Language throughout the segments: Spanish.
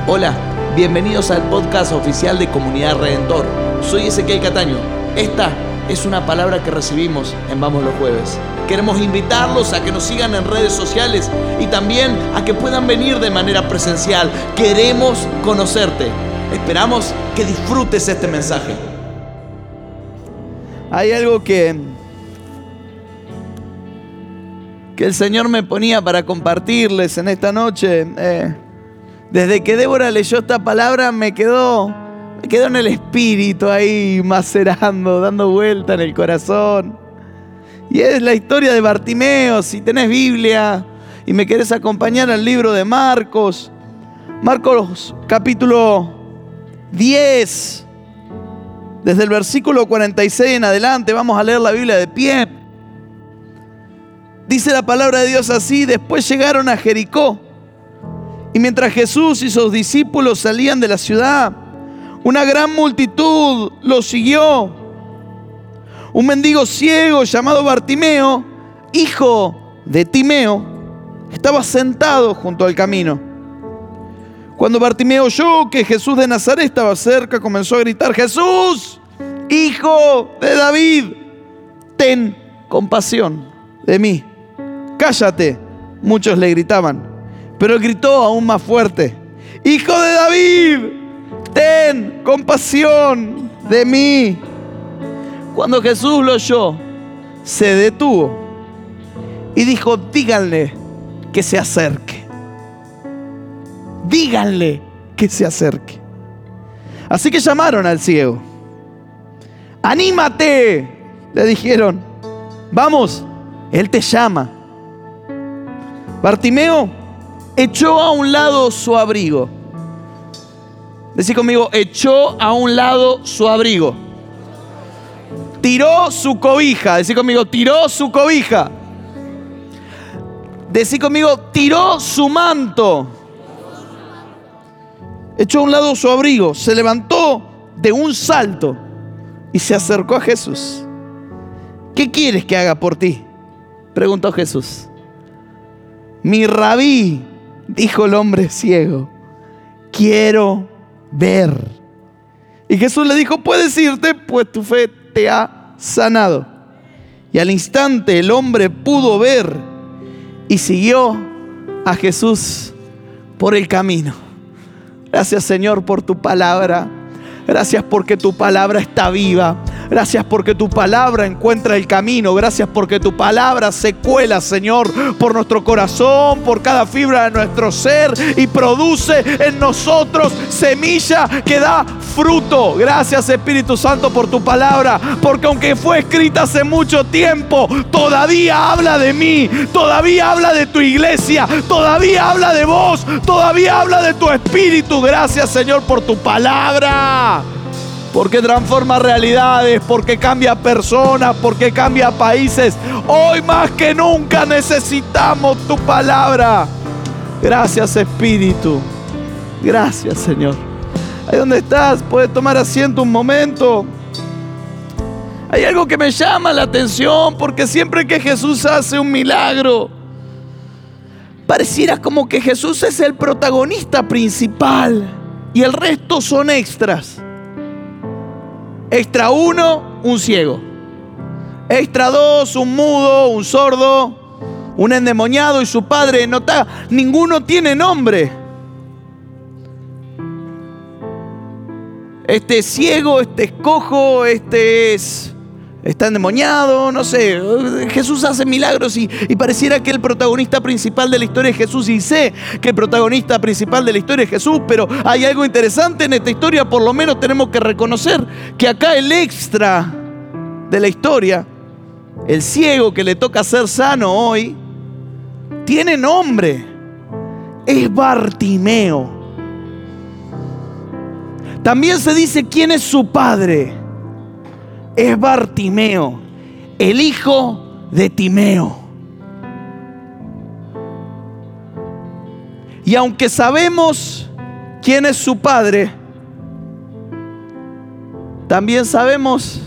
Hola, bienvenidos al podcast oficial de Comunidad Redentor. Soy Ezequiel Cataño. Esta es una palabra que recibimos en Vamos los Jueves. Queremos invitarlos a que nos sigan en redes sociales y también a que puedan venir de manera presencial. Queremos conocerte. Esperamos que disfrutes este mensaje. Hay algo que el Señor me ponía para compartirles en esta noche. Desde que Débora leyó esta palabra me quedó en el espíritu ahí macerando, dando vuelta en el corazón. Y es la historia de Bartimeo. Si tenés Biblia y me querés acompañar al libro de Marcos capítulo 10, desde el versículo 46 en adelante, vamos a leer la Biblia de pie. Dice la palabra de Dios así: después llegaron a Jericó, y mientras Jesús y sus discípulos salían de la ciudad, una gran multitud los siguió. Un mendigo ciego llamado Bartimeo, hijo de Timeo, estaba sentado junto al camino. Cuando Bartimeo oyó que Jesús de Nazaret estaba cerca, comenzó a gritar: ¡Jesús, hijo de David, ten compasión de mí! ¡Cállate!, muchos le gritaban. Pero él gritó aún más fuerte: ¡Hijo de David, ten compasión de mí! Cuando Jesús lo oyó, se detuvo y dijo: díganle que se acerque. Díganle que se acerque. Así que llamaron al ciego. ¡Anímate!, le dijeron. Vamos, él te llama. Bartimeo echó a un lado su abrigo. Decí conmigo: echó a un lado su abrigo. Tiró su cobija. Decí conmigo: tiró su cobija. Decí conmigo: tiró su manto. Echó a un lado su abrigo, se levantó de un salto y se acercó a Jesús. ¿Qué quieres que haga por ti?, preguntó Jesús. Mi rabí, dijo el hombre ciego, quiero ver. Y Jesús le dijo: puedes irte, pues tu fe te ha sanado. Y al instante el hombre pudo ver y siguió a Jesús por el camino. Gracias, Señor, por tu palabra. Gracias porque tu palabra está viva. Gracias porque tu palabra encuentra el camino. Gracias porque tu palabra se cuela, Señor, por nuestro corazón, por cada fibra de nuestro ser, y produce en nosotros semilla que da fruto. Gracias, Espíritu Santo, por tu palabra, porque aunque fue escrita hace mucho tiempo, todavía habla de mí, todavía habla de tu iglesia, todavía habla de vos, todavía habla de tu espíritu. Gracias, Señor, por tu palabra, porque transforma realidades, porque cambia personas, porque cambia países. Hoy más que nunca necesitamos tu palabra. Gracias, Espíritu. Gracias, Señor. Ahí donde estás, puedes tomar asiento un momento. Hay algo que me llama la atención, porque siempre que Jesús hace un milagro, pareciera como que Jesús es el protagonista principal y el resto son extras. Extra 1, un ciego. Extra 2, un mudo, un sordo, un endemoniado y su padre. Nota, ninguno tiene nombre. Este es ciego, este es cojo, este está endemoniado, no sé. Jesús hace milagros y pareciera que el protagonista principal de la historia es Jesús. Y sé que el protagonista principal de la historia es Jesús, pero hay algo interesante en esta historia. Por lo menos tenemos que reconocer que acá el extra de la historia, el ciego que le toca ser sano hoy, tiene nombre. Es Bartimeo. También se dice quién es su padre. Es Bartimeo, el hijo de Timeo. Y aunque sabemos quién es su padre, también sabemos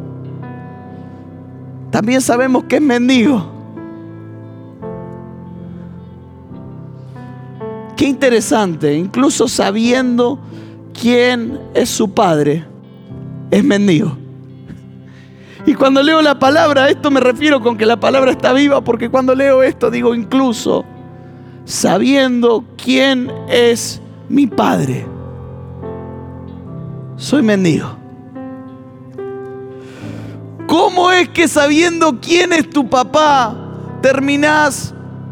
que es mendigo. Qué interesante, incluso sabiendo quién es su padre, es mendigo. Y cuando leo la palabra, a esto me refiero con que la palabra está viva, porque cuando leo esto digo incluso sabiendo quién es mi padre, soy mendigo. ¿Cómo es que sabiendo quién es tu papá terminás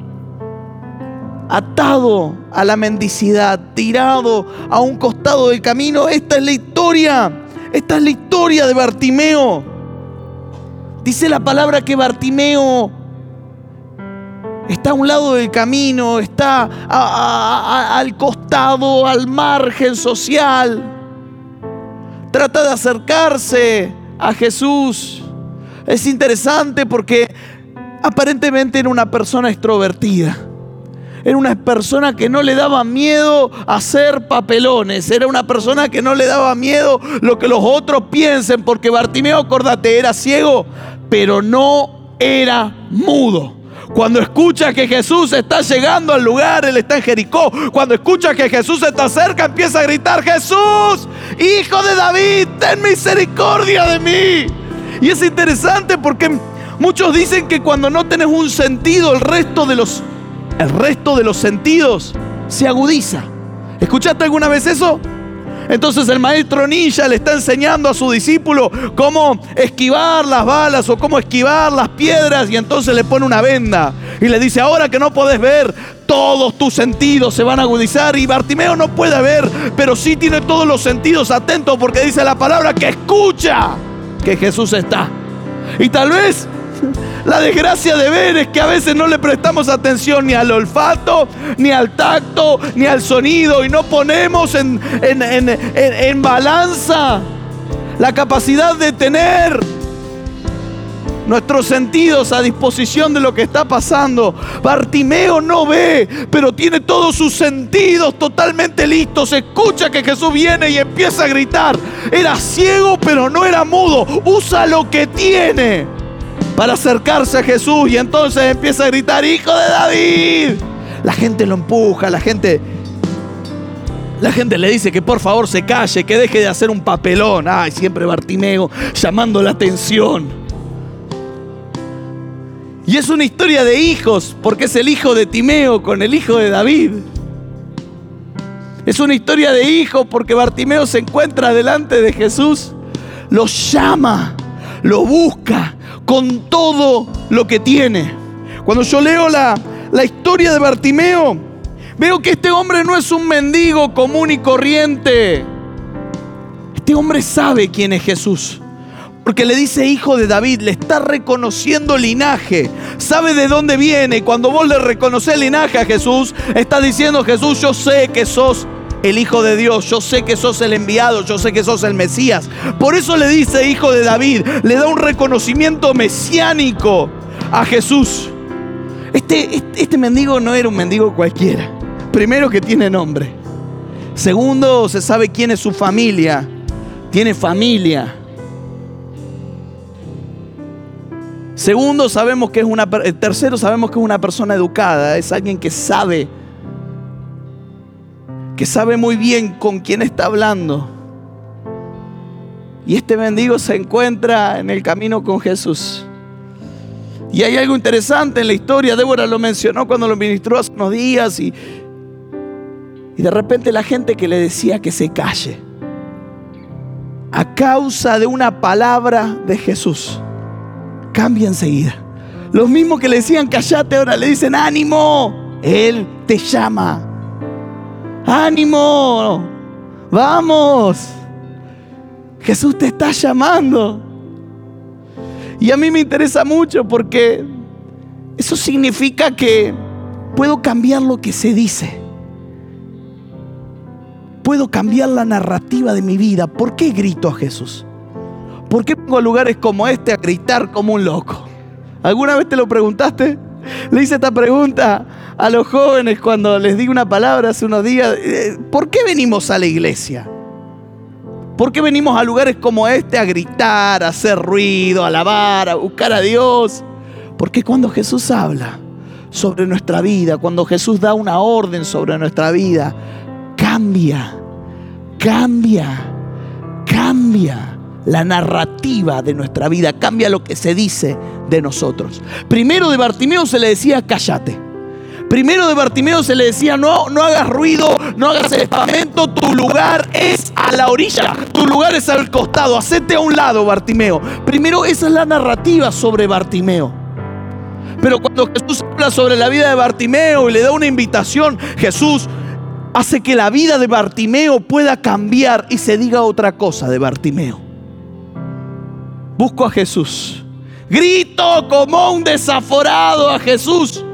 atado a la mendicidad, tirado a un costado del camino? Esta es la historia de Bartimeo. Dice la palabra que Bartimeo está a un lado del camino, está al costado, al margen social. Trata de acercarse a Jesús. Es interesante porque aparentemente era una persona extrovertida. Era una persona que no le daba miedo hacer papelones. Era una persona que no le daba miedo lo que los otros piensen. Porque Bartimeo, acordate, era ciego, pero no era mudo. Cuando escucha que Jesús está llegando al lugar, él está en Jericó. Cuando escucha que Jesús está cerca, empieza a gritar: Jesús, Hijo de David, ten misericordia de mí. Y es interesante porque muchos dicen que cuando no tenés un sentido, el resto de los sentidos se agudiza. ¿Escuchaste alguna vez eso? Entonces el maestro ninja le está enseñando a su discípulo cómo esquivar las balas o cómo esquivar las piedras, y entonces le pone una venda y le dice: ahora que no podés ver, todos tus sentidos se van a agudizar. Y Bartimeo no puede ver, pero sí tiene todos los sentidos atentos, porque dice la palabra que escucha que Jesús está. Y tal vez la desgracia de ver es que a veces no le prestamos atención ni al olfato, ni al tacto, ni al sonido, y no ponemos en balanza la capacidad de tener nuestros sentidos a disposición de lo que está pasando. Bartimeo no ve, pero tiene todos sus sentidos totalmente listos. Escucha que Jesús viene y empieza a gritar. Era ciego, pero no era mudo. Usa lo que tiene para acercarse a Jesús, y entonces empieza a gritar: Hijo de David. La gente lo empuja, la gente le dice que por favor se calle, que deje de hacer un papelón. Ay, siempre Bartimeo llamando la atención. Y es una historia de hijos, porque es el hijo de Timeo con el hijo de David. Es una historia de hijos porque Bartimeo se encuentra delante de Jesús, lo llama, lo busca con todo lo que tiene. Cuando yo leo la historia de Bartimeo, veo que este hombre no es un mendigo común y corriente. Este hombre sabe quién es Jesús, porque le dice Hijo de David, le está reconociendo linaje, sabe de dónde viene. Y cuando vos le reconoces linaje a Jesús, está diciendo: Jesús, yo sé que sos el Hijo de Dios, yo sé que sos el enviado, yo sé que sos el Mesías. Por eso le dice Hijo de David, le da un reconocimiento mesiánico a Jesús. Este mendigo no era un mendigo cualquiera. Primero, que tiene nombre. Segundo, se sabe quién es su familia. Tiene familia. Segundo, tercero, sabemos que es una persona educada. Es alguien que sabe muy bien con quién está hablando. Y este mendigo se encuentra en el camino con Jesús. Y hay algo interesante en la historia. Débora lo mencionó cuando lo ministró hace unos días. Y de repente la gente que le decía que se calle, a causa de una palabra de Jesús, cambia enseguida. Los mismos que le decían callate, ahora le dicen: ánimo, Él te llama. Ánimo, vamos, Jesús te está llamando. Y a mí me interesa mucho porque eso significa que puedo cambiar lo que se dice. Puedo cambiar la narrativa de mi vida. ¿Por qué grito a Jesús? ¿Por qué pongo lugares como este a gritar como un loco? ¿Alguna vez te lo preguntaste? Le hice esta pregunta a los jóvenes cuando les di una palabra hace unos días. ¿Por qué venimos a la iglesia? ¿Por qué venimos a lugares como este a gritar, a hacer ruido, a alabar, a buscar a Dios? Porque cuando Jesús habla, sobre nuestra vida, cuando Jesús da una orden sobre nuestra vida, cambia la narrativa de nuestra vida, cambia lo que se dice de nosotros. Primero de Bartimeo se le decía cállate. Primero de Bartimeo se le decía no hagas ruido, no hagas espamento, tu lugar es a la orilla, tu lugar es al costado, hacete a un lado, Bartimeo. Primero esa es la narrativa sobre Bartimeo. Pero cuando Jesús habla sobre la vida de Bartimeo y le da una invitación, Jesús hace que la vida de Bartimeo pueda cambiar y se diga otra cosa de Bartimeo. Busco a Jesús, grito como un desaforado a Jesús,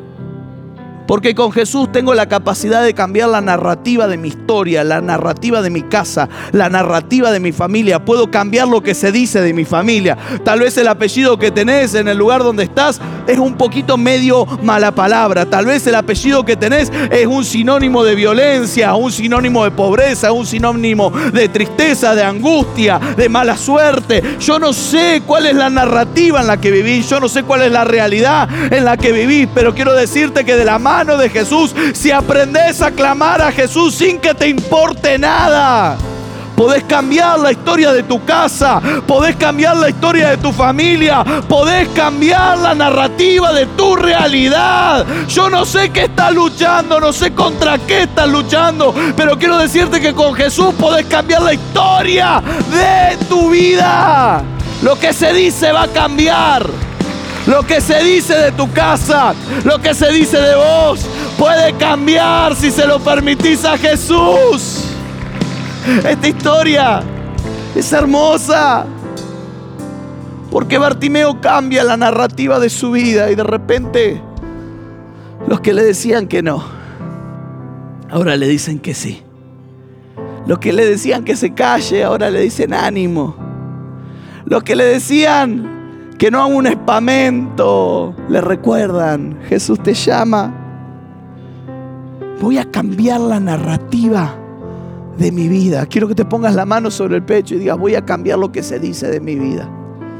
porque con Jesús tengo la capacidad de cambiar la narrativa de mi historia, la narrativa de mi casa, la narrativa de mi familia. Puedo cambiar lo que se dice de mi familia. Tal vez el apellido que tenés en el lugar donde estás es un poquito medio mala palabra. Tal vez el apellido que tenés es un sinónimo de violencia, un sinónimo de pobreza, un sinónimo de tristeza, de angustia, de mala suerte. Yo no sé cuál es la narrativa en la que vivís, yo no sé cuál es la realidad en la que vivís, pero quiero decirte que de la mano de Jesús, si aprendés a clamar a Jesús sin que te importe nada, podés cambiar la historia de tu casa, podés cambiar la historia de tu familia, podés cambiar la narrativa de tu realidad. Yo no sé qué estás luchando, no sé contra qué estás luchando, pero quiero decirte que con Jesús podés cambiar la historia de tu vida. Lo que se dice va a cambiar. Lo que se dice de tu casa, lo que se dice de vos, puede cambiar si se lo permitís a Jesús. Esta historia es hermosa, porque Bartimeo cambia la narrativa de su vida y de repente los que le decían que no, ahora le dicen que sí. Los que le decían que se calle, ahora le dicen ánimo. Los que le decían que no haga un espamento, le recuerdan, Jesús te llama. Voy a cambiar la narrativa de mi vida. Quiero que te pongas la mano sobre el pecho y digas, voy a cambiar lo que se dice de mi vida.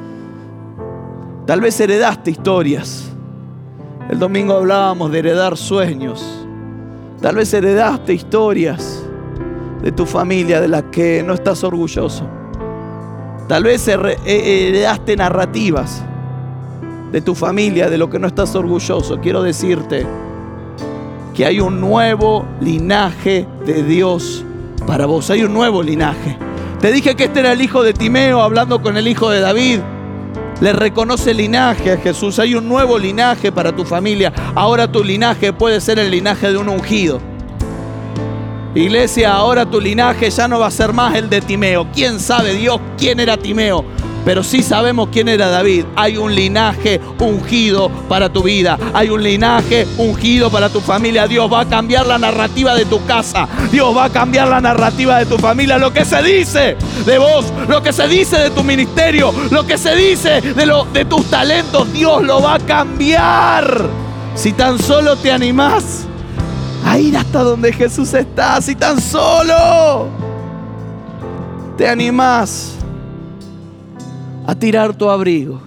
Tal vez heredaste historias. El domingo hablábamos de heredar sueños. Tal vez heredaste historias de tu familia de las que no estás orgulloso. Tal vez heredaste narrativas de tu familia de lo que no estás orgulloso. Quiero decirte que hay un nuevo linaje de Dios para vos. Hay un nuevo linaje. Te dije que este era el hijo de Timeo hablando con el hijo de David. Le reconoce linaje a Jesús. Hay un nuevo linaje para tu familia. Ahora tu linaje puede ser el linaje de un ungido. Iglesia, ahora tu linaje ya no va a ser más el de Timeo. ¿Quién sabe Dios quién era Timeo? Pero sí sabemos quién era David. Hay un linaje ungido para tu vida. Hay un linaje ungido para tu familia. Dios va a cambiar la narrativa de tu casa. Dios va a cambiar la narrativa de tu familia. Lo que se dice de vos, lo que se dice de tu ministerio, lo que se dice de tus talentos, Dios lo va a cambiar. Si tan solo te animás a ir hasta donde Jesús está, si tan solo te animás a tirar tu abrigo,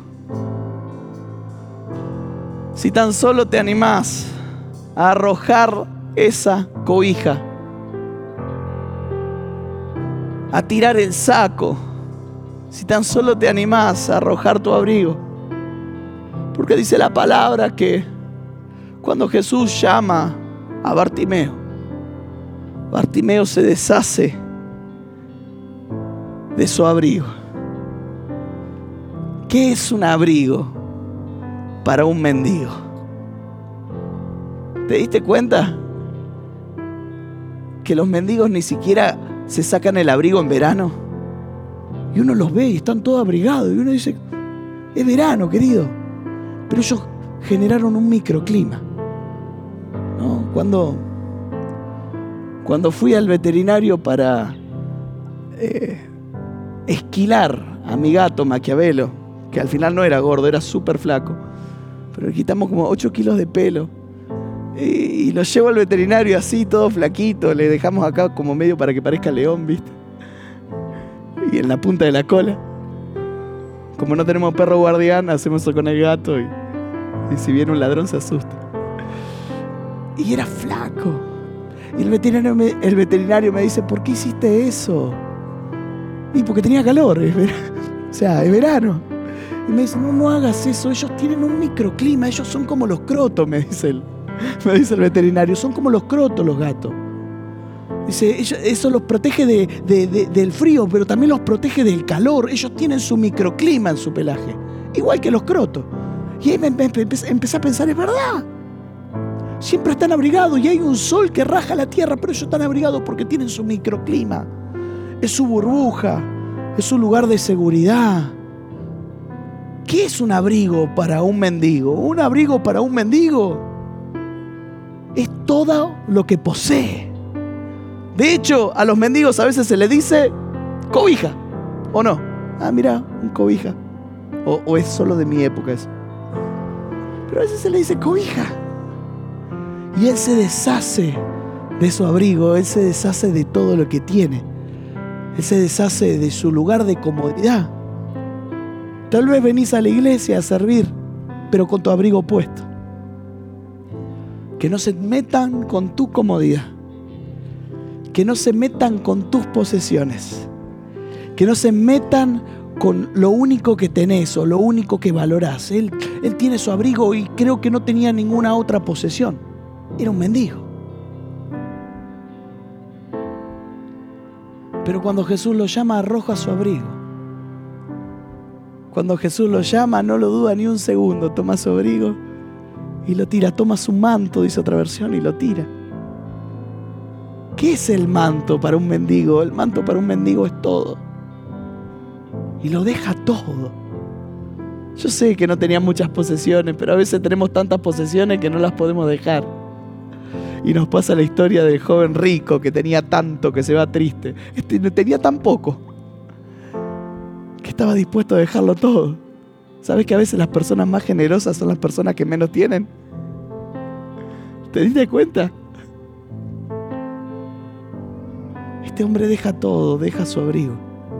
si tan solo te animás a arrojar esa cobija, a tirar el saco, si tan solo te animás a arrojar tu abrigo, porque dice la palabra que cuando Jesús llama a Bartimeo, Bartimeo se deshace de su abrigo. ¿Qué es un abrigo para un mendigo? ¿Te diste cuenta que los mendigos ni siquiera se sacan el abrigo en verano? Y uno los ve y están todos abrigados y uno dice, es verano, querido. Pero ellos generaron un microclima, ¿no? Cuando fui al veterinario para esquilar a mi gato Maquiavelo, que al final no era gordo, era súper flaco, pero le quitamos como 8 kilos de pelo y lo llevo al veterinario así, todo flaquito, le dejamos acá como medio para que parezca león, ¿viste? Y en la punta de la cola. Como no tenemos perro guardián, hacemos eso con el gato y si viene un ladrón se asusta. Y era flaco. Y el veterinario me dice, ¿por qué hiciste eso? Y porque tenía calor, o sea, es verano. Y me dice, no hagas eso, ellos tienen un microclima, ellos son como los crotos, me dice el veterinario, son como los crotos los gatos. Dice, eso los protege del frío, pero también los protege del calor, ellos tienen su microclima en su pelaje, igual que los crotos. Y ahí empecé a pensar, es verdad. Siempre están abrigados y hay un sol que raja la tierra, pero ellos están abrigados porque tienen su microclima. Es su burbuja, es su lugar de seguridad. ¿Qué es un abrigo para un mendigo? Un abrigo para un mendigo es todo lo que posee. De hecho, a los mendigos a veces se les dice cobija, ¿o no? Ah, mira, un cobija. O es solo de mi época eso. Pero a veces se le dice cobija. Y él se deshace de su abrigo, él se deshace de todo lo que tiene. Él se deshace de su lugar de comodidad. Tal vez venís a la iglesia a servir, pero con tu abrigo puesto. Que no se metan con tu comodidad. Que no se metan con tus posesiones. Que no se metan con lo único que tenés o lo único que valorás. Él tiene su abrigo y creo que no tenía ninguna otra posesión. Era un mendigo. Pero cuando Jesús lo llama, arroja su abrigo. Cuando Jesús lo llama, no lo duda ni un segundo. Toma su abrigo y lo tira. Toma su manto, dice otra versión, y lo tira. ¿Qué es el manto para un mendigo? El manto para un mendigo es todo. Y lo deja todo. Yo sé que no tenía muchas posesiones, pero a veces tenemos tantas posesiones que no las podemos dejar. Y nos pasa la historia del joven rico que tenía tanto que se va triste. Tenía tan poco que estaba dispuesto a dejarlo todo. ¿Sabes que a veces las personas más generosas son las personas que menos tienen? ¿Te diste cuenta? Este hombre deja todo, deja su abrigo.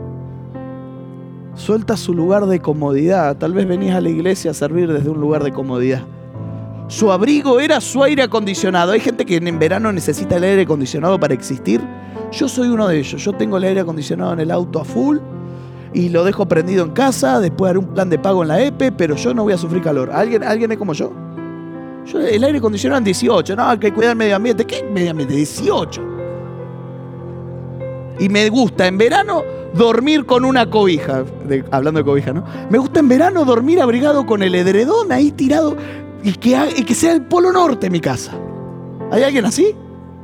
Suelta su lugar de comodidad. Tal vez venís a la iglesia a servir desde un lugar de comodidad. Su abrigo era su aire acondicionado. Hay gente que en verano necesita el aire acondicionado para existir. Yo soy uno de ellos. Yo tengo el aire acondicionado en el auto a full y lo dejo prendido en casa. Después haré un plan de pago en la EPE, pero yo no voy a sufrir calor. ¿Alguien es como yo? El aire acondicionado en 18. No, hay que cuidar el medio ambiente. ¿Qué medio ambiente? 18. Y me gusta en verano dormir con una cobija. Hablando de cobija, ¿no? Me gusta en verano dormir abrigado con el edredón ahí tirado. Y que sea el Polo Norte mi casa. ¿Hay alguien así?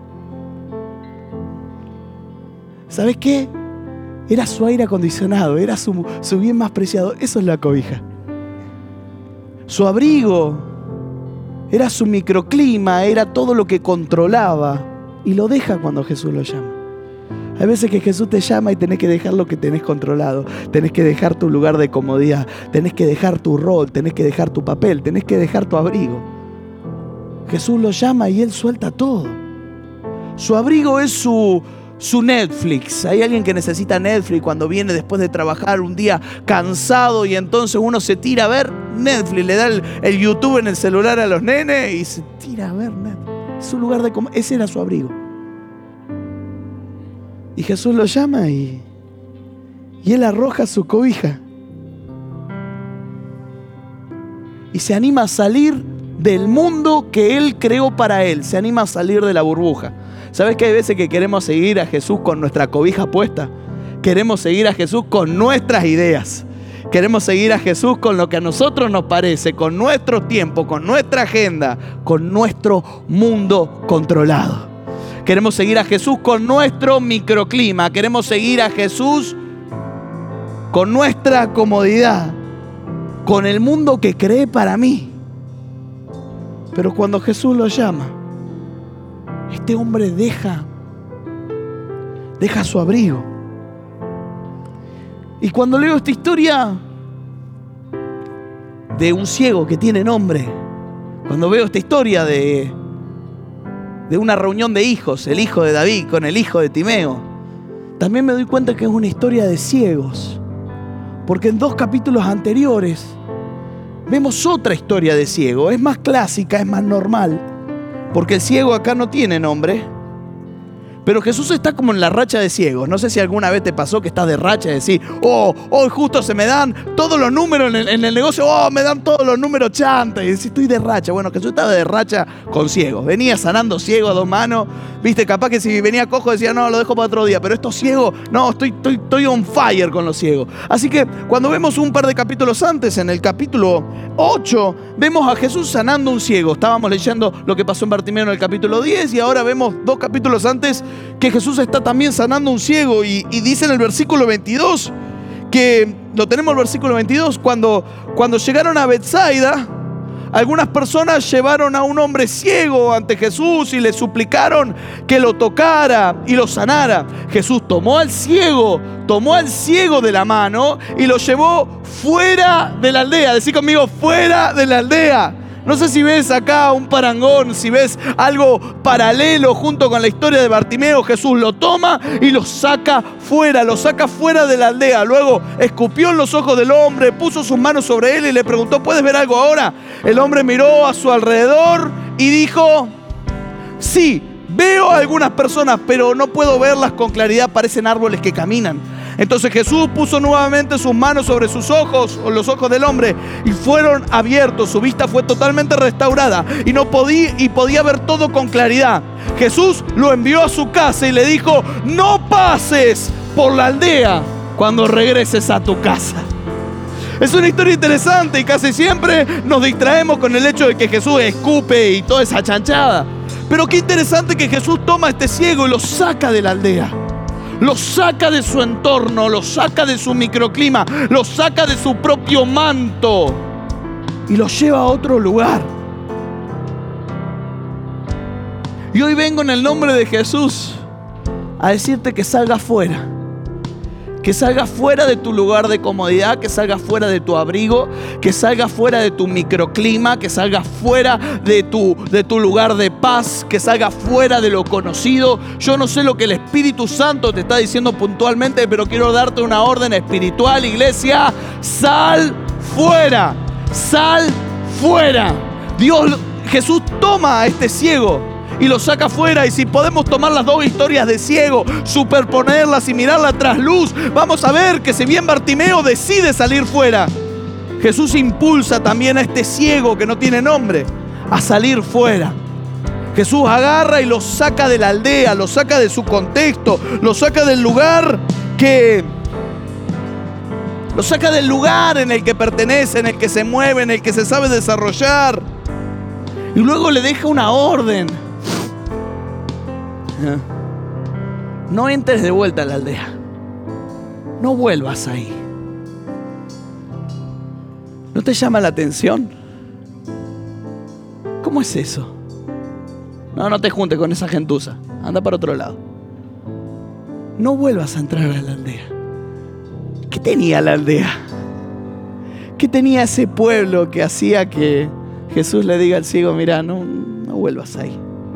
¿Sabes qué? Era su aire acondicionado, era su bien más preciado. Eso es la cobija. Su abrigo era su microclima, era todo lo que controlaba. Y lo deja cuando Jesús lo llama. Hay veces que Jesús te llama y tenés que dejar lo que tenés controlado. Tenés que dejar tu lugar de comodidad. Tenés que dejar tu rol. Tenés que dejar tu papel. Tenés que dejar tu abrigo. Jesús lo llama y Él suelta todo. Su abrigo es su Netflix. Hay alguien que necesita Netflix cuando viene después de trabajar un día cansado y entonces uno se tira a ver Netflix. Le da el YouTube en el celular a los nenes y se tira a ver Netflix. Es su lugar de comodidad. Ese era su abrigo. Y Jesús lo llama y Él arroja su cobija. Y se anima a salir del mundo que Él creó para Él. Se anima a salir de la burbuja. ¿Sabes que hay veces que queremos seguir a Jesús con nuestra cobija puesta? Queremos seguir a Jesús con nuestras ideas. Queremos seguir a Jesús con lo que a nosotros nos parece, con nuestro tiempo, con nuestra agenda, con nuestro mundo controlado. Queremos seguir a Jesús con nuestro microclima. Queremos seguir a Jesús con nuestra comodidad, con el mundo que cree para mí. Pero cuando Jesús lo llama, este hombre deja su abrigo. Y cuando leo esta historia de un ciego que tiene nombre, cuando veo esta historia de una reunión de hijos, el hijo de David con el hijo de Timeo, también me doy cuenta que es una historia de ciegos. Porque en 2 capítulos anteriores vemos otra historia de ciego. Es más clásica, es más normal. porque el ciego acá no tiene nombre. Pero Jesús está como en la racha de ciegos. No sé si alguna vez te pasó que estás de racha y decís, hoy justo se me dan todos los números en el negocio, me dan todos los números chantas. Y decís, estoy de racha. Bueno, Jesús estaba de racha con ciegos. Venía sanando ciegos a 2 manos. Viste, capaz que si venía cojo decía, no, lo dejo para otro día. Pero estos ciegos, no, estoy on fire con los ciegos. Así que cuando vemos un par de capítulos antes, en el capítulo 8, vemos a Jesús sanando un ciego. Estábamos leyendo lo que pasó en Bartimeo en el capítulo 10 y ahora vemos 2 capítulos antes que Jesús está también sanando un ciego y dice en el versículo 22, que lo tenemos el versículo 22, cuando llegaron a Betsaida, algunas personas llevaron a un hombre ciego ante Jesús y le suplicaron que lo tocara y lo sanara. Jesús tomó al ciego de la mano y lo llevó fuera de la aldea. Decí conmigo, fuera de la aldea. No sé si ves acá un parangón, si ves algo paralelo junto con la historia de Bartimeo. Jesús lo toma y lo saca fuera de la aldea. Luego escupió en los ojos del hombre, puso sus manos sobre él y le preguntó, ¿puedes ver algo ahora? El hombre miró a su alrededor y dijo, sí, veo a algunas personas, pero no puedo verlas con claridad, parecen árboles que caminan. Entonces Jesús puso nuevamente sus manos sobre sus ojos, o los ojos del hombre, y fueron abiertos. Su vista fue totalmente restaurada y podía ver todo con claridad. Jesús lo envió a su casa y le dijo, no pases por la aldea cuando regreses a tu casa. Es una historia interesante y casi siempre nos distraemos con el hecho de que Jesús escupe y toda esa chanchada. Pero qué interesante que Jesús toma a este ciego y lo saca de la aldea. Lo saca de su entorno, lo saca de su microclima, lo saca de su propio manto y lo lleva a otro lugar. Y hoy vengo en el nombre de Jesús a decirte que salgas fuera. Que salgas fuera de tu lugar de comodidad, que salgas fuera de tu abrigo, que salgas fuera de tu microclima, que salgas fuera de tu lugar de paz, que salgas fuera de lo conocido. Yo no sé lo que el Espíritu Santo te está diciendo puntualmente, pero quiero darte una orden espiritual, iglesia. Sal fuera, sal fuera. Jesús toma a este ciego y lo saca afuera. Y si podemos tomar las 2 historias de ciego, superponerlas y mirarla tras luz, vamos a ver que si bien Bartimeo decide salir fuera, Jesús impulsa también a este ciego que no tiene nombre a salir fuera. Jesús agarra y lo saca de la aldea, lo saca de su contexto, lo saca del lugar lo saca del lugar en el que pertenece, en el que se mueve, en el que se sabe desarrollar. Y luego le deja una orden. No entres de vuelta a la aldea. No vuelvas ahí. ¿No te llama la atención? ¿Cómo es eso? No te juntes con esa gentuza. Anda para otro lado. No vuelvas a entrar a la aldea. ¿Qué tenía la aldea? ¿Qué tenía ese pueblo que hacía que Jesús le diga al ciego, mira, no vuelvas ahí?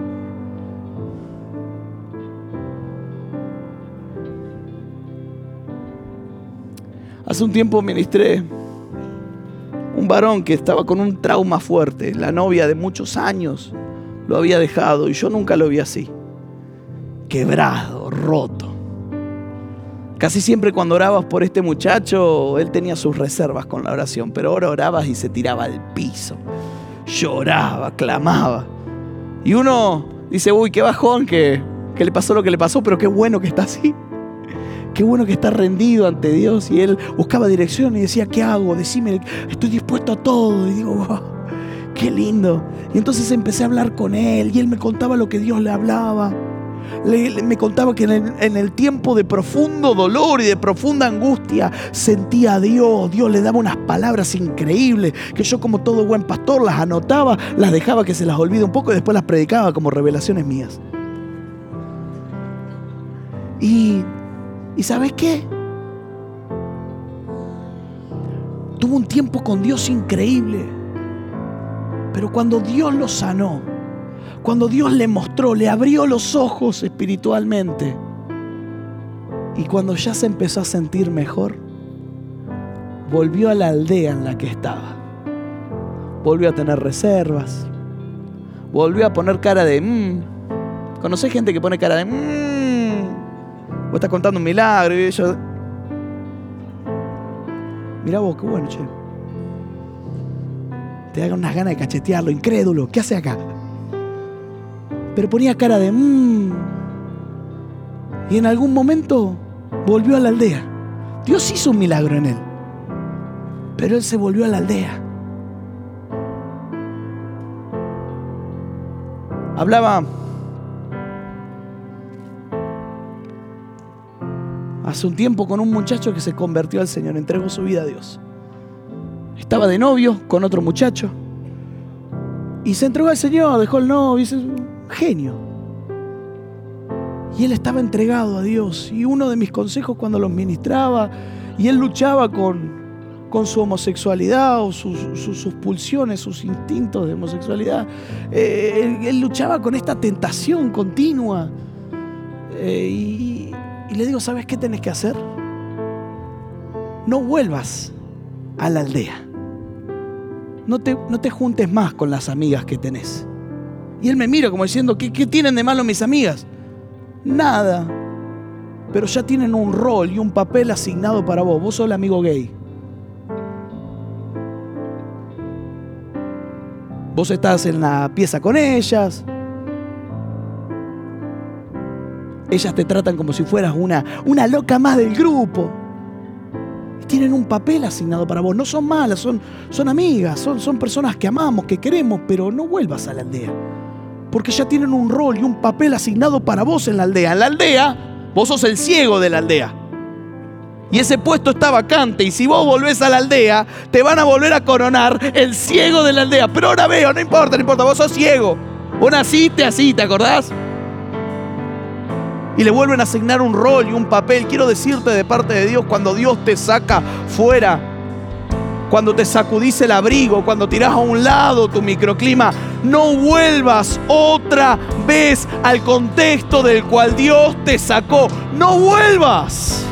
Hace un tiempo ministré un varón que estaba con un trauma fuerte. La novia de muchos años lo había dejado y yo nunca lo vi así. Quebrado, roto. Casi siempre cuando orabas por este muchacho, él tenía sus reservas con la oración, pero ahora orabas y se tiraba al piso. Lloraba, clamaba. Y uno dice, uy, qué bajón que le pasó lo que le pasó, pero qué bueno que está así. Qué bueno que está rendido ante Dios. Y él buscaba dirección y decía, ¿qué hago? Decime, estoy dispuesto a todo. Y digo, wow, qué lindo. Y entonces empecé a hablar con él y él me contaba lo que Dios le hablaba. Me contaba que en el tiempo de profundo dolor y de profunda angustia sentía a Dios. Dios le daba unas palabras increíbles que yo, como todo buen pastor, las anotaba, las dejaba que se las olvide un poco y después las predicaba como revelaciones mías. ¿Y sabes qué? Tuvo un tiempo con Dios increíble. Pero cuando Dios lo sanó, cuando Dios le mostró, le abrió los ojos espiritualmente, y cuando ya se empezó a sentir mejor, volvió a la aldea en la que estaba. Volvió a tener reservas, volvió a poner cara de ¿Conocés gente que pone cara de Vos estás contando un milagro y ellos... Mirá vos, qué bueno, che. Te da unas ganas de cachetearlo, incrédulo. ¿Qué hace acá? Pero ponía cara de y en algún momento volvió a la aldea. Dios hizo un milagro en él, pero él se volvió a la aldea. Hablaba hace un tiempo con un muchacho que se convirtió al Señor, entregó su vida a Dios. Estaba de novio con otro muchacho y se entregó al Señor, dejó el novio, es un genio. Y él estaba entregado a Dios. Y uno de mis consejos cuando los ministraba, y él luchaba con su homosexualidad o sus pulsiones, sus instintos de homosexualidad, él luchaba con esta tentación continua. Y le digo, ¿sabes qué tenés que hacer? No vuelvas a la aldea. No te juntes más con las amigas que tenés. Y él me mira como diciendo, ¿qué tienen de malo mis amigas? Nada. Pero ya tienen un rol y un papel asignado para vos. Vos sos el amigo gay. Vos estás en la pieza con ellas. Ellas te tratan como si fueras una loca más del grupo. Y tienen un papel asignado para vos. No son malas, son amigas, son personas que amamos, que queremos, pero no vuelvas a la aldea. Porque ya tienen un rol y un papel asignado para vos en la aldea. En la aldea, vos sos el ciego de la aldea. Y ese puesto está vacante. Y si vos volvés a la aldea, te van a volver a coronar el ciego de la aldea. Pero ahora veo, no importa, vos sos ciego. Vos naciste así, ¿te acordás? Y le vuelven a asignar un rol y un papel. Quiero decirte de parte de Dios, cuando Dios te saca fuera, cuando te sacudís el abrigo, cuando tirás a un lado tu microclima, no vuelvas otra vez al contexto del cual Dios te sacó. No vuelvas.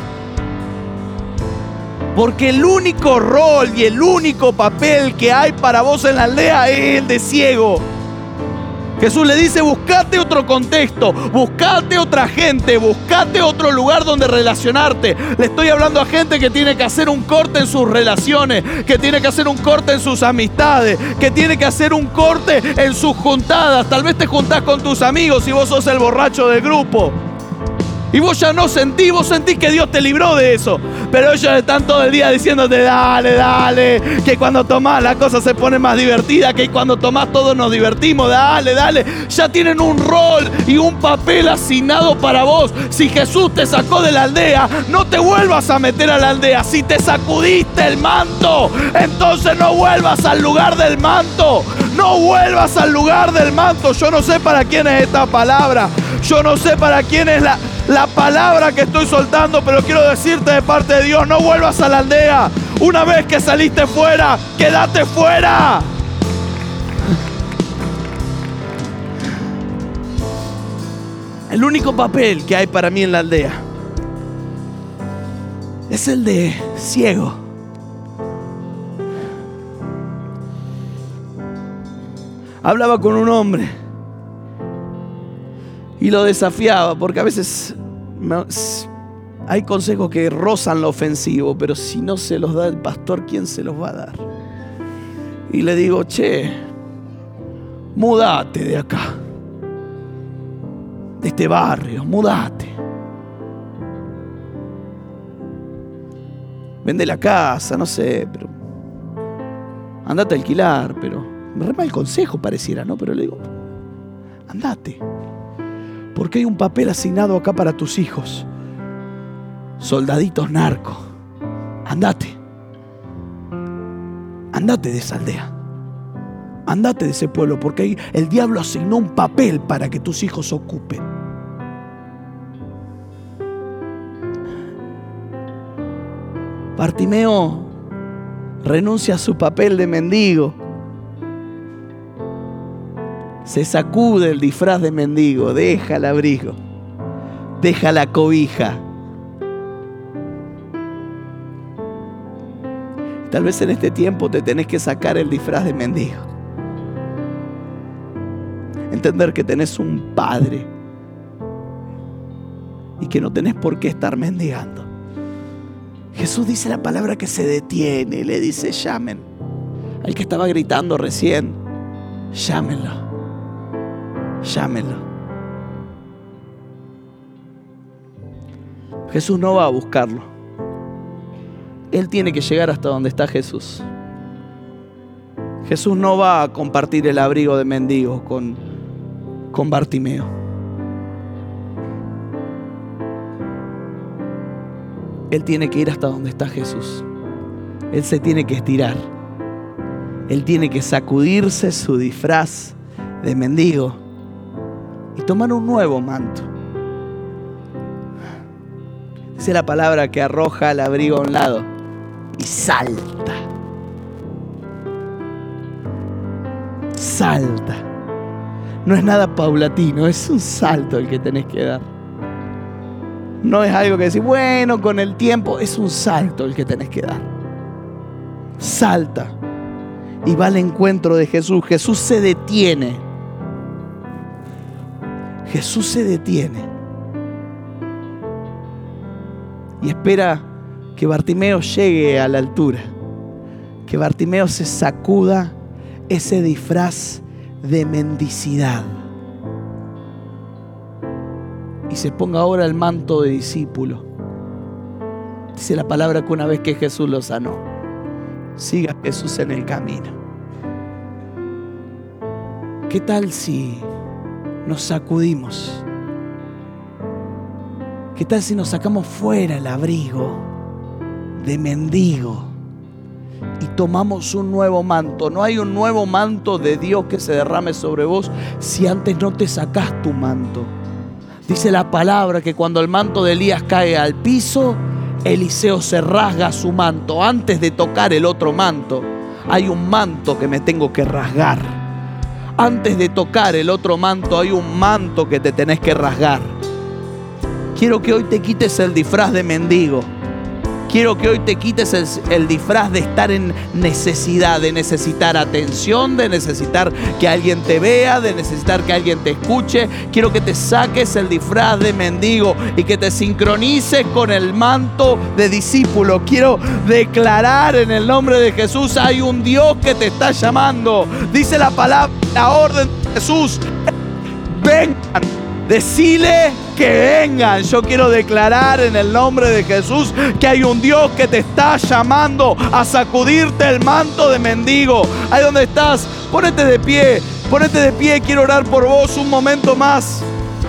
Porque el único rol y el único papel que hay para vos en la aldea es el de ciego. Jesús le dice, buscate otro contexto, buscate otra gente, buscate otro lugar donde relacionarte. Le estoy hablando a gente que tiene que hacer un corte en sus relaciones, que tiene que hacer un corte en sus amistades, que tiene que hacer un corte en sus juntadas. Tal vez te juntás con tus amigos y vos sos el borracho del grupo. Y vos ya no sentís, vos sentís que Dios te libró de eso. Pero ellos están todo el día diciéndote, dale, que cuando tomás la cosa se pone más divertida, que cuando tomás todos nos divertimos, dale. Ya tienen un rol y un papel asignado para vos. Si Jesús te sacó de la aldea, no te vuelvas a meter a la aldea. Si te sacudiste el manto, entonces no vuelvas al lugar del manto. No vuelvas al lugar del manto. Yo no sé para quién es esta palabra. Yo no sé para quién es la palabra que estoy soltando, pero quiero decirte de parte de Dios, no vuelvas a la aldea. Una vez que saliste fuera, quédate fuera. El único papel que hay para mí en la aldea es el de ciego. Hablaba con un hombre y lo desafiaba, porque a veces hay consejos que rozan lo ofensivo, pero si no se los da el pastor, ¿quién se los va a dar? Y le digo, mudate de acá, de este barrio, mudate. Vende la casa, no sé, pero andate a alquilar, pero me re mal consejo pareciera, ¿no? Pero le digo, andate. Porque hay un papel asignado acá para tus hijos. Soldaditos narcos. Andate. Andate de esa aldea. Andate de ese pueblo, porque ahí el diablo asignó un papel para que tus hijos ocupen. Bartimeo renuncia a su papel de mendigo. Se sacude el disfraz de mendigo, deja el abrigo, deja la cobija. Tal vez en este tiempo te tenés que sacar el disfraz de mendigo. Entender que tenés un Padre y que no tenés por qué estar mendigando. Jesús dice la palabra que se detiene y le dice: llamen. Al que estaba gritando recién, llámenlo. Llámenlo. Jesús no va a buscarlo. Él tiene que llegar hasta donde está Jesús. Jesús no va a compartir el abrigo de mendigo con Bartimeo. Él tiene que ir hasta donde está Jesús. Él se tiene que estirar. Él tiene que sacudirse su disfraz de mendigo y tomar un nuevo manto. Dice la palabra que arroja el abrigo a un lado y salta. Salta. No es nada paulatino, es un salto el que tenés que dar. No es algo que decís, bueno, con el tiempo. Es un salto el que tenés que dar. Salta y va al encuentro de Jesús. Jesús se detiene. Jesús se detiene y espera que Bartimeo llegue a la altura, que Bartimeo se sacuda ese disfraz de mendicidad y se ponga ahora el manto de discípulo. Dice la palabra que una vez que Jesús lo sanó, siga a Jesús en el camino. ¿Qué tal si nos sacudimos? ¿Qué tal si nos sacamos fuera el abrigo de mendigo y tomamos un nuevo manto? No hay un nuevo manto de Dios que se derrame sobre vos si antes no te sacás tu manto. Dice la palabra que cuando el manto de Elías cae al piso, Eliseo se rasga su manto. Antes de tocar el otro manto, hay un manto que me tengo que rasgar. Antes de tocar el otro manto, hay un manto que te tenés que rasgar. Quiero que hoy te quites el disfraz de mendigo. Quiero que hoy te quites el disfraz de estar en necesidad, de necesitar atención, de necesitar que alguien te vea, de necesitar que alguien te escuche. Quiero que te saques el disfraz de mendigo y que te sincronices con el manto de discípulo. Quiero declarar en el nombre de Jesús, hay un Dios que te está llamando. Dice la palabra, la orden de Jesús: vengan. Decile que vengan. Yo quiero declarar en el nombre de Jesús que hay un Dios que te está llamando a sacudirte el manto de mendigo. Ahí donde estás, ponete de pie. Ponete de pie, quiero orar por vos un momento más.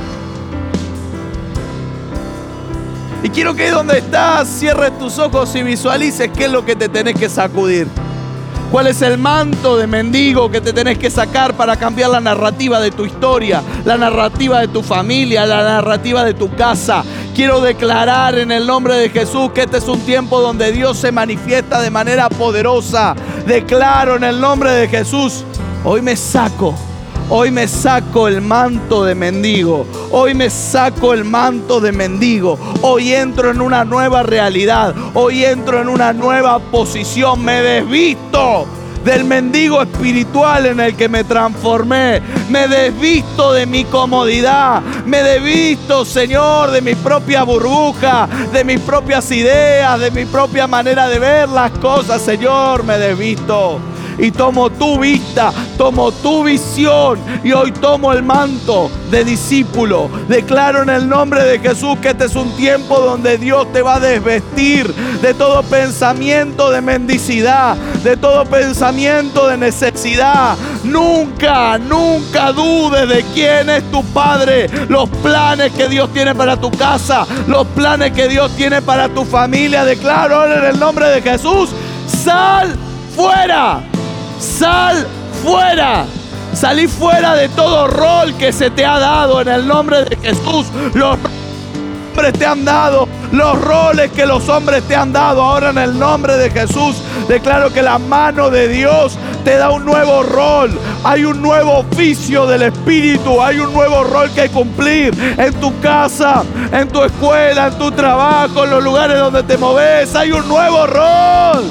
Y quiero que ahí donde estás, cierres tus ojos y visualices qué es lo que te tenés que sacudir. ¿Cuál es el manto de mendigo que te tenés que sacar para cambiar la narrativa de tu historia, la narrativa de tu familia, la narrativa de tu casa? Quiero declarar en el nombre de Jesús que este es un tiempo donde Dios se manifiesta de manera poderosa. Declaro en el nombre de Jesús, hoy me saco el manto de mendigo. Hoy me saco el manto de mendigo. Hoy entro en una nueva realidad. Hoy entro en una nueva posición. Me desvisto del mendigo espiritual en el que me transformé. Me desvisto de mi comodidad. Me desvisto, Señor, de mi propia burbuja, de mis propias ideas, de mi propia manera de ver las cosas. Señor, me desvisto. Y tomo tu vista, tomo tu visión y hoy tomo el manto de discípulo. Declaro en el nombre de Jesús que este es un tiempo donde Dios te va a desvestir de todo pensamiento de mendicidad, de todo pensamiento de necesidad. Nunca, nunca dudes de quién es tu Padre, los planes que Dios tiene para tu casa, los planes que Dios tiene para tu familia. Declaro ahora en el nombre de Jesús, sal fuera. Sal fuera. Salí fuera de todo rol que se te ha dado en el nombre de Jesús. Los hombres te han dado, los roles que los hombres te han dado. Ahora en el nombre de Jesús declaro que la mano de Dios te da un nuevo rol. Hay un nuevo oficio del Espíritu. Hay un nuevo rol que cumplir en tu casa, en tu escuela, en tu trabajo, en los lugares donde te moves. Hay un nuevo rol.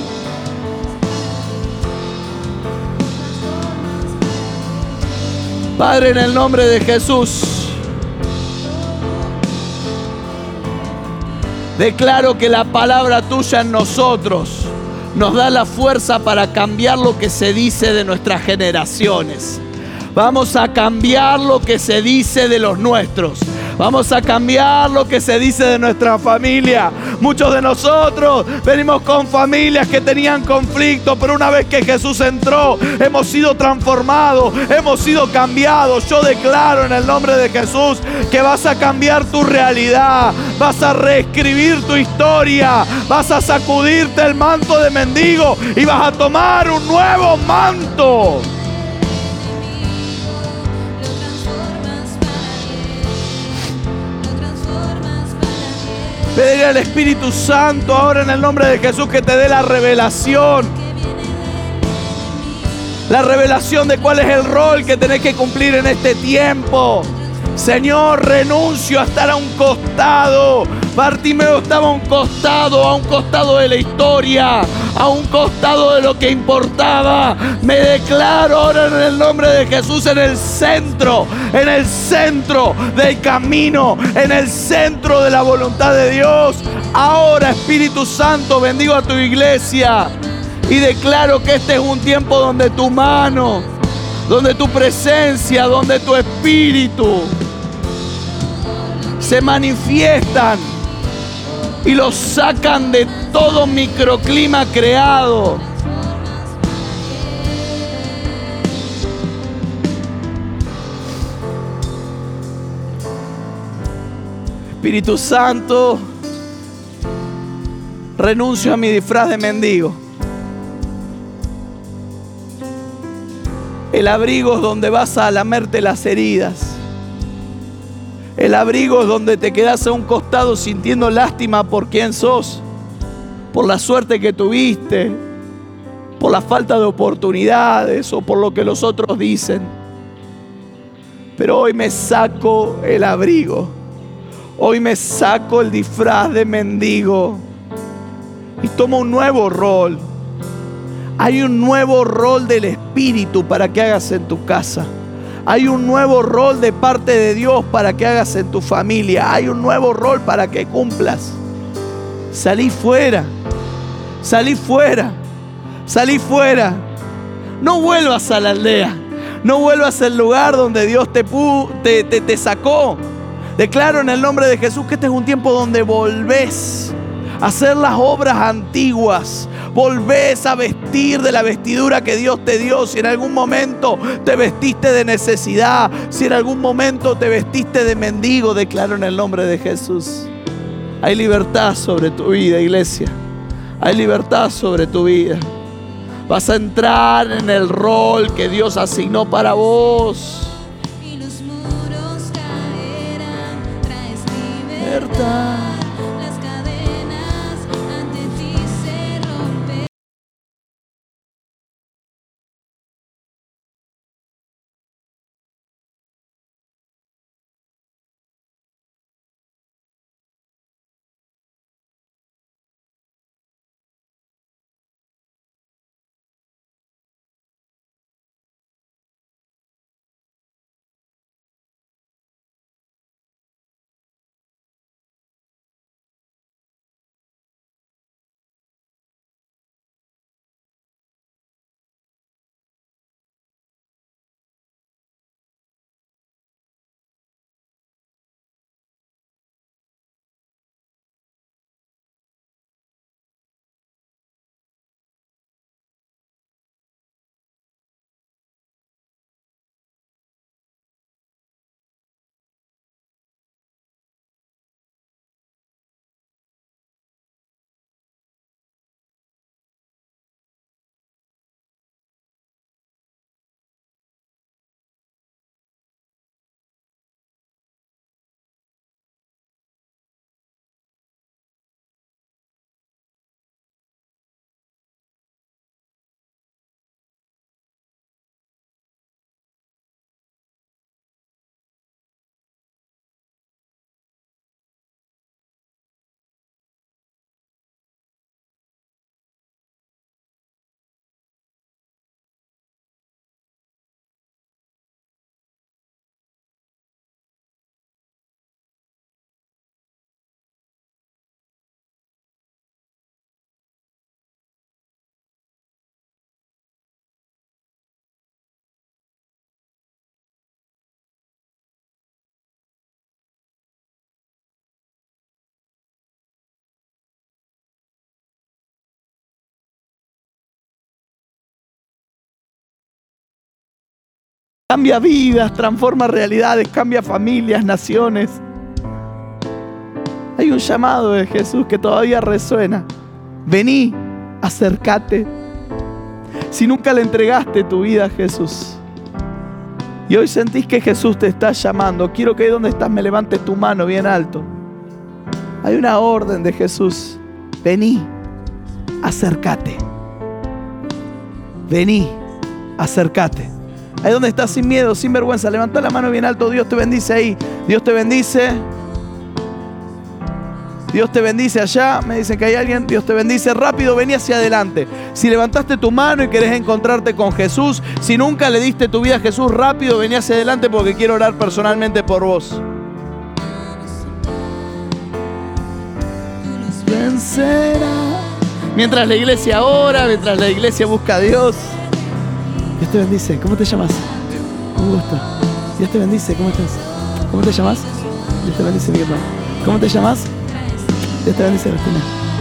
Padre, en el nombre de Jesús, declaro que la palabra tuya en nosotros nos da la fuerza para cambiar lo que se dice de nuestras generaciones. Vamos a cambiar lo que se dice de los nuestros. Vamos a cambiar lo que se dice de nuestra familia. Muchos de nosotros venimos con familias que tenían conflicto, pero una vez que Jesús entró, hemos sido transformados, hemos sido cambiados. Yo declaro en el nombre de Jesús que vas a cambiar tu realidad, vas a reescribir tu historia, vas a sacudirte el manto de mendigo y vas a tomar un nuevo manto. Pedirle al Espíritu Santo ahora en el nombre de Jesús que te dé la revelación. La revelación de cuál es el rol que tenés que cumplir en este tiempo. Señor, renuncio a estar a un costado. Bartimeo estaba a un costado de la historia, a un costado de lo que importaba. Me declaro ahora en el nombre de Jesús en el centro del camino, en el centro de la voluntad de Dios. Ahora, Espíritu Santo, bendigo a tu iglesia y declaro que este es un tiempo donde tu mano, donde tu presencia, donde tu espíritu se manifiestan y los sacan de todo microclima creado. Espíritu Santo, renuncio a mi disfraz de mendigo. El abrigo es donde vas a lamerte las heridas. El abrigo es donde te quedas a un costado sintiendo lástima por quién sos, por la suerte que tuviste, por la falta de oportunidades o por lo que los otros dicen. Pero hoy me saco el abrigo. Hoy me saco el disfraz de mendigo y tomo un nuevo rol. Hay un nuevo rol del Espíritu para que hagas en tu casa. Hay un nuevo rol de parte de Dios para que hagas en tu familia. Hay un nuevo rol para que cumplas. Salí fuera. Salí fuera. Salí fuera. No vuelvas a la aldea. No vuelvas al lugar donde Dios te sacó. Declaro en el nombre de Jesús que este es un tiempo donde volvés a hacer las obras antiguas. Volvés a vestir de la vestidura que Dios te dio. Si en algún momento te vestiste de necesidad, si en algún momento te vestiste de mendigo, declaro en el nombre de Jesús. Hay libertad sobre tu vida, iglesia. Hay libertad sobre tu vida. Vas a entrar en el rol que Dios asignó para vos. Y los muros caerán, traes libertad. Cambia vidas, transforma realidades, cambia familias, naciones. Hay un llamado de Jesús que todavía resuena. Vení, acércate. Si nunca le entregaste tu vida a Jesús y hoy sentís que Jesús te está llamando, quiero que ahí donde estás me levantes tu mano bien alto. Hay una orden de Jesús. Vení, acércate. Vení, acércate. Ahí donde estás, sin miedo, sin vergüenza, levanta la mano bien alto. Dios te bendice ahí. Dios te bendice. Dios te bendice allá. Me dicen que hay alguien. Dios te bendice. Rápido, vení hacia adelante. Si levantaste tu mano y querés encontrarte con Jesús, si nunca le diste tu vida a Jesús, rápido, vení hacia adelante porque quiero orar personalmente por vos. Vencerá. Mientras la iglesia ora, mientras la iglesia busca a Dios. Dios te bendice. ¿Cómo te llamas? Un gusto. Dios te bendice. ¿Cómo estás? ¿Cómo te llamas? Dios te bendice, mi hermano. ¿Cómo te llamas? Dios te bendice, Cristina.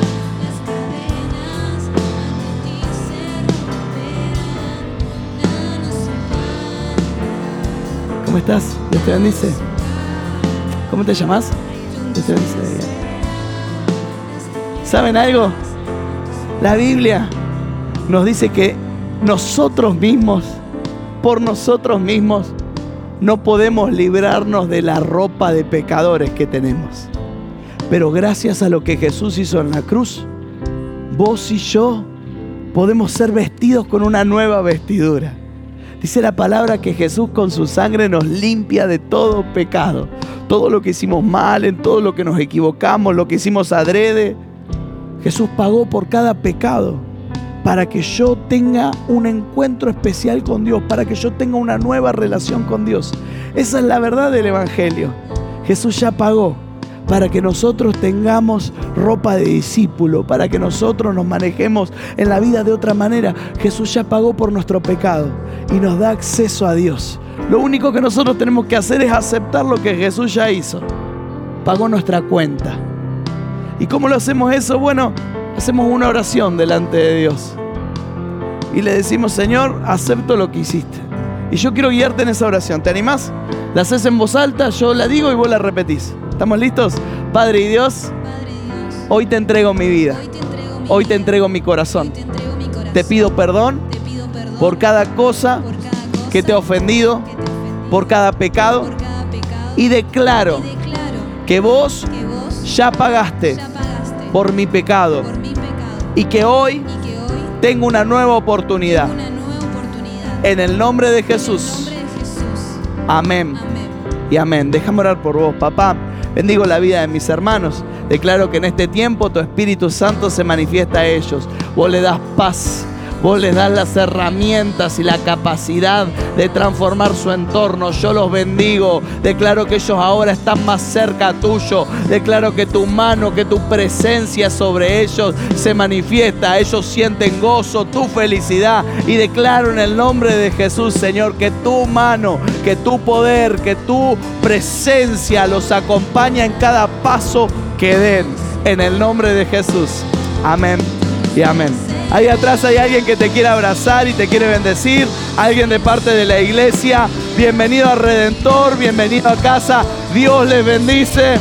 ¿Cómo estás? Dios te bendice. ¿Cómo te llamas? Dios te bendice. ¿Saben algo? La Biblia nos dice que nosotros mismos, por nosotros mismos, no podemos librarnos de la ropa de pecadores que tenemos. Pero gracias a lo que Jesús hizo en la cruz, vos y yo podemos ser vestidos con una nueva vestidura. Dice la palabra que Jesús con su sangre nos limpia de todo pecado. Todo lo que hicimos mal, en todo lo que nos equivocamos, lo que hicimos adrede. Jesús pagó por cada pecado para que yo tenga un encuentro especial con Dios, para que yo tenga una nueva relación con Dios. Esa es la verdad del Evangelio. Jesús ya pagó para que nosotros tengamos ropa de discípulo, para que nosotros nos manejemos en la vida de otra manera. Jesús ya pagó por nuestro pecado y nos da acceso a Dios. Lo único que nosotros tenemos que hacer es aceptar lo que Jesús ya hizo. Pagó nuestra cuenta. ¿Y cómo lo hacemos eso? Bueno, hacemos una oración delante de Dios y le decimos: Señor, acepto lo que hiciste y yo quiero guiarte en esa oración. ¿Te animás? La haces en voz alta, yo la digo y vos la repetís. ¿Estamos listos? Padre y Dios, hoy te entrego mi vida, hoy te entrego mi corazón. Te pido perdón por cada cosa que te he ofendido, por cada pecado, y declaro que vos ya pagaste por mi pecado y que hoy tengo una nueva oportunidad. En el nombre de Jesús. Amén y amén. Déjame orar por vos, papá. Bendigo la vida de mis hermanos. Declaro que en este tiempo tu Espíritu Santo se manifiesta a ellos. Vos le das paz. Vos les das las herramientas y la capacidad de transformar su entorno. Yo los bendigo. Declaro que ellos ahora están más cerca tuyo. Declaro que tu mano, que tu presencia sobre ellos se manifiesta. Ellos sienten gozo, tu felicidad. Y declaro en el nombre de Jesús, Señor, que tu mano, que tu poder, que tu presencia los acompaña en cada paso que den. En el nombre de Jesús. Amén y amén. Ahí atrás hay alguien que te quiere abrazar y te quiere bendecir. Alguien de parte de la iglesia. Bienvenido al Redentor, bienvenido a casa. Dios les bendice.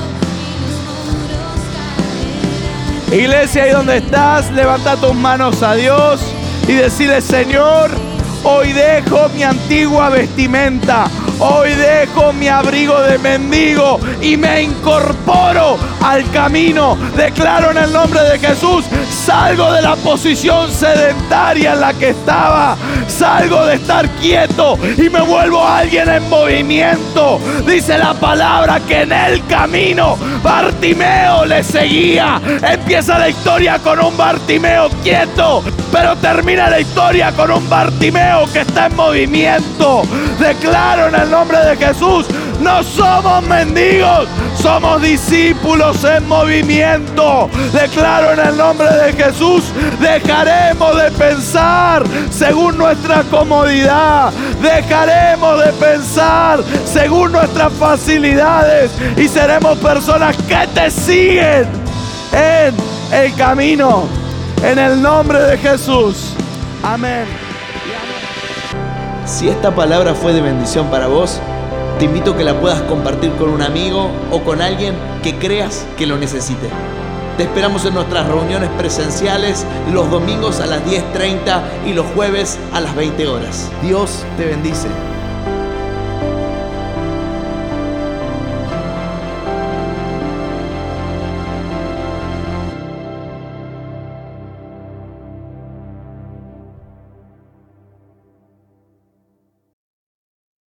Iglesia, ahí donde estás, levanta tus manos a Dios y decirle: Señor, hoy dejo mi antigua vestimenta. Hoy dejo mi abrigo de mendigo y me incorporo al camino. Declaro en el nombre de Jesús: salgo de la posición sedentaria en la que estaba. Salgo de estar quieto y me vuelvo alguien en movimiento. Dice la palabra que en el camino Bartimeo le seguía. Empieza la historia con un Bartimeo quieto, pero termina la historia con un Bartimeo que está en movimiento. Declaro en el nombre de Jesús: no somos mendigos, somos discípulos en movimiento. Declaro en el nombre de Jesús: dejaremos de pensar según nuestra comodidad, dejaremos de pensar según nuestras facilidades y seremos personas que te siguen en el camino. En el nombre de Jesús. Amén. Si esta palabra fue de bendición para vos, te invito a que la puedas compartir con un amigo o con alguien que creas que lo necesite. Te esperamos en nuestras reuniones presenciales los domingos a las 10:30 y los jueves a las 20 horas. Dios te bendice.